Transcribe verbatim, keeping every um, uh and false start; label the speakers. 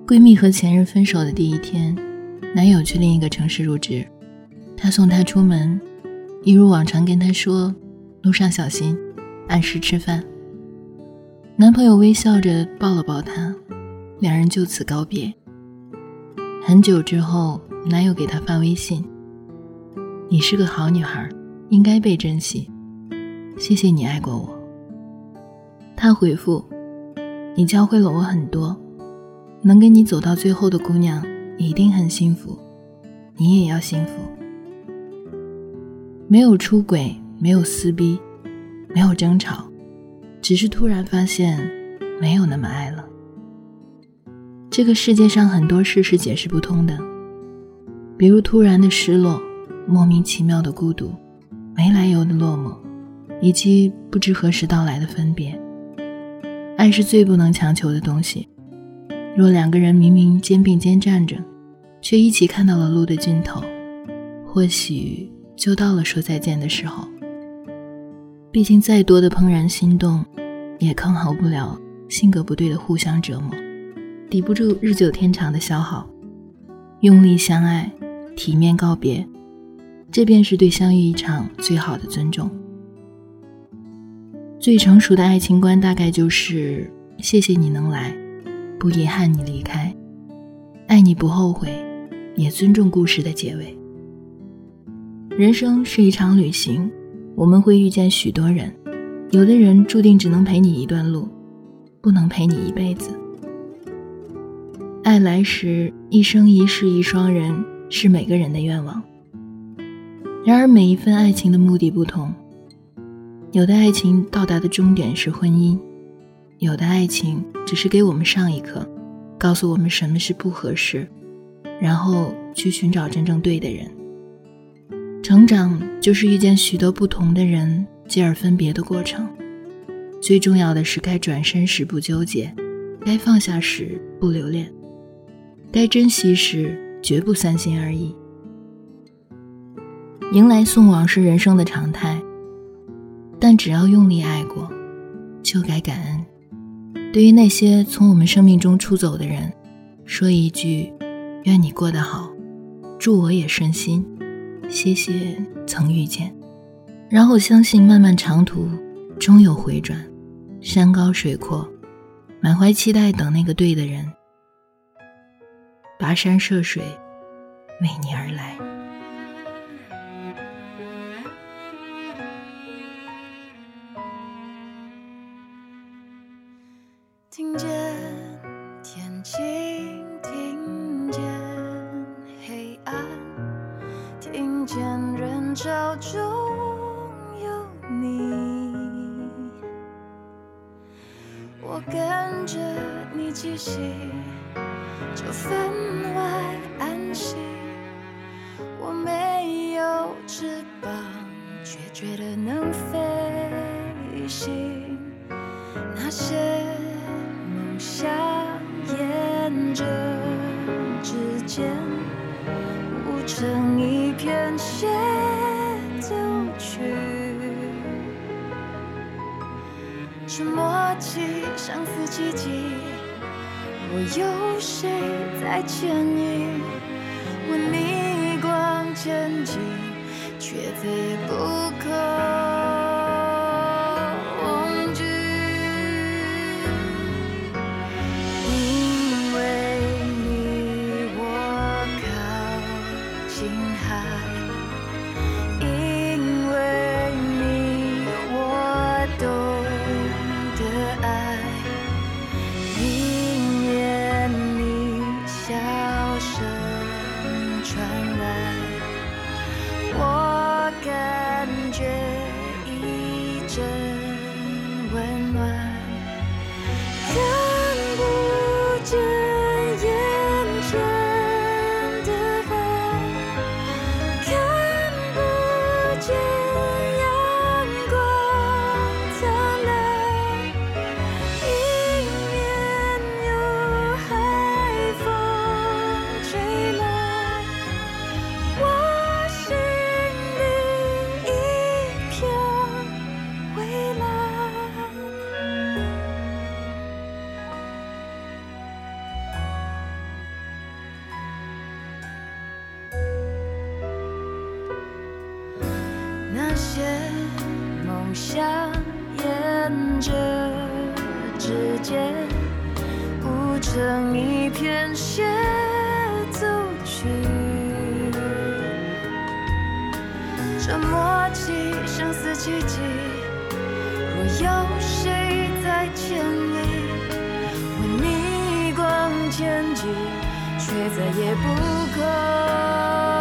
Speaker 1: 闺蜜和前任分手的第一天，男友去另一个城市入职，她送他出门，一如往常跟他说路上小心，按时吃饭。男朋友微笑着抱了抱她，两人就此告别。很久之后，男友给她发微信，你是个好女孩，应该被珍惜，谢谢你爱过我。她回复，你教会了我很多，能跟你走到最后的姑娘一定很幸福，你也要幸福。没有出轨，没有撕逼，没有争吵，只是突然发现没有那么爱了。这个世界上很多事是解释不通的，比如突然的失落，莫名其妙的孤独，没来由的落寞，以及不知何时到来的分别。爱是最不能强求的东西，若两个人明明肩并肩站着，却一起看到了路的尽头，或许就到了说再见的时候。毕竟再多的怦然心动，也抗衡不了性格不对的互相折磨，抵不住日久天长的消耗。用力相爱，体面告别，这便是对相遇一场最好的尊重。最成熟的爱情观大概就是谢谢你能来，不遗憾你离开，爱你不后悔，也尊重故事的结尾。人生是一场旅行，我们会遇见许多人，有的人注定只能陪你一段路，不能陪你一辈子。爱来时一生一世一双人是每个人的愿望，然而每一份爱情的目的不同，有的爱情到达的终点是婚姻，有的爱情只是给我们上一课，告诉我们什么是不合适，然后去寻找真正对的人。成长就是遇见许多不同的人，继而分别的过程。最重要的是该转身时不纠结，该放下时不留恋，该珍惜时绝不三心二意。迎来送往是人生的常态，但只要用力爱过，就该感恩。对于那些从我们生命中出走的人，说一句愿你过得好，祝我也顺心，谢谢曾遇见。然后相信漫漫长途终有回转，山高水阔，满怀期待等那个对的人，跋山涉水为你而来。
Speaker 2: 听见天晴，听见黑暗，听见人潮中有你，我跟着你气息，就分外安心。我没有翅膀，却觉得能飞行。那些梦想沿着指尖，舞成一片协奏曲，是默契，相似奇迹。我有谁在牵引，为逆光前进，却非不可。 向沿着指尖谱成一片协奏曲，这默契生死契机，若有谁在牵引，为逆光前进，却再也不可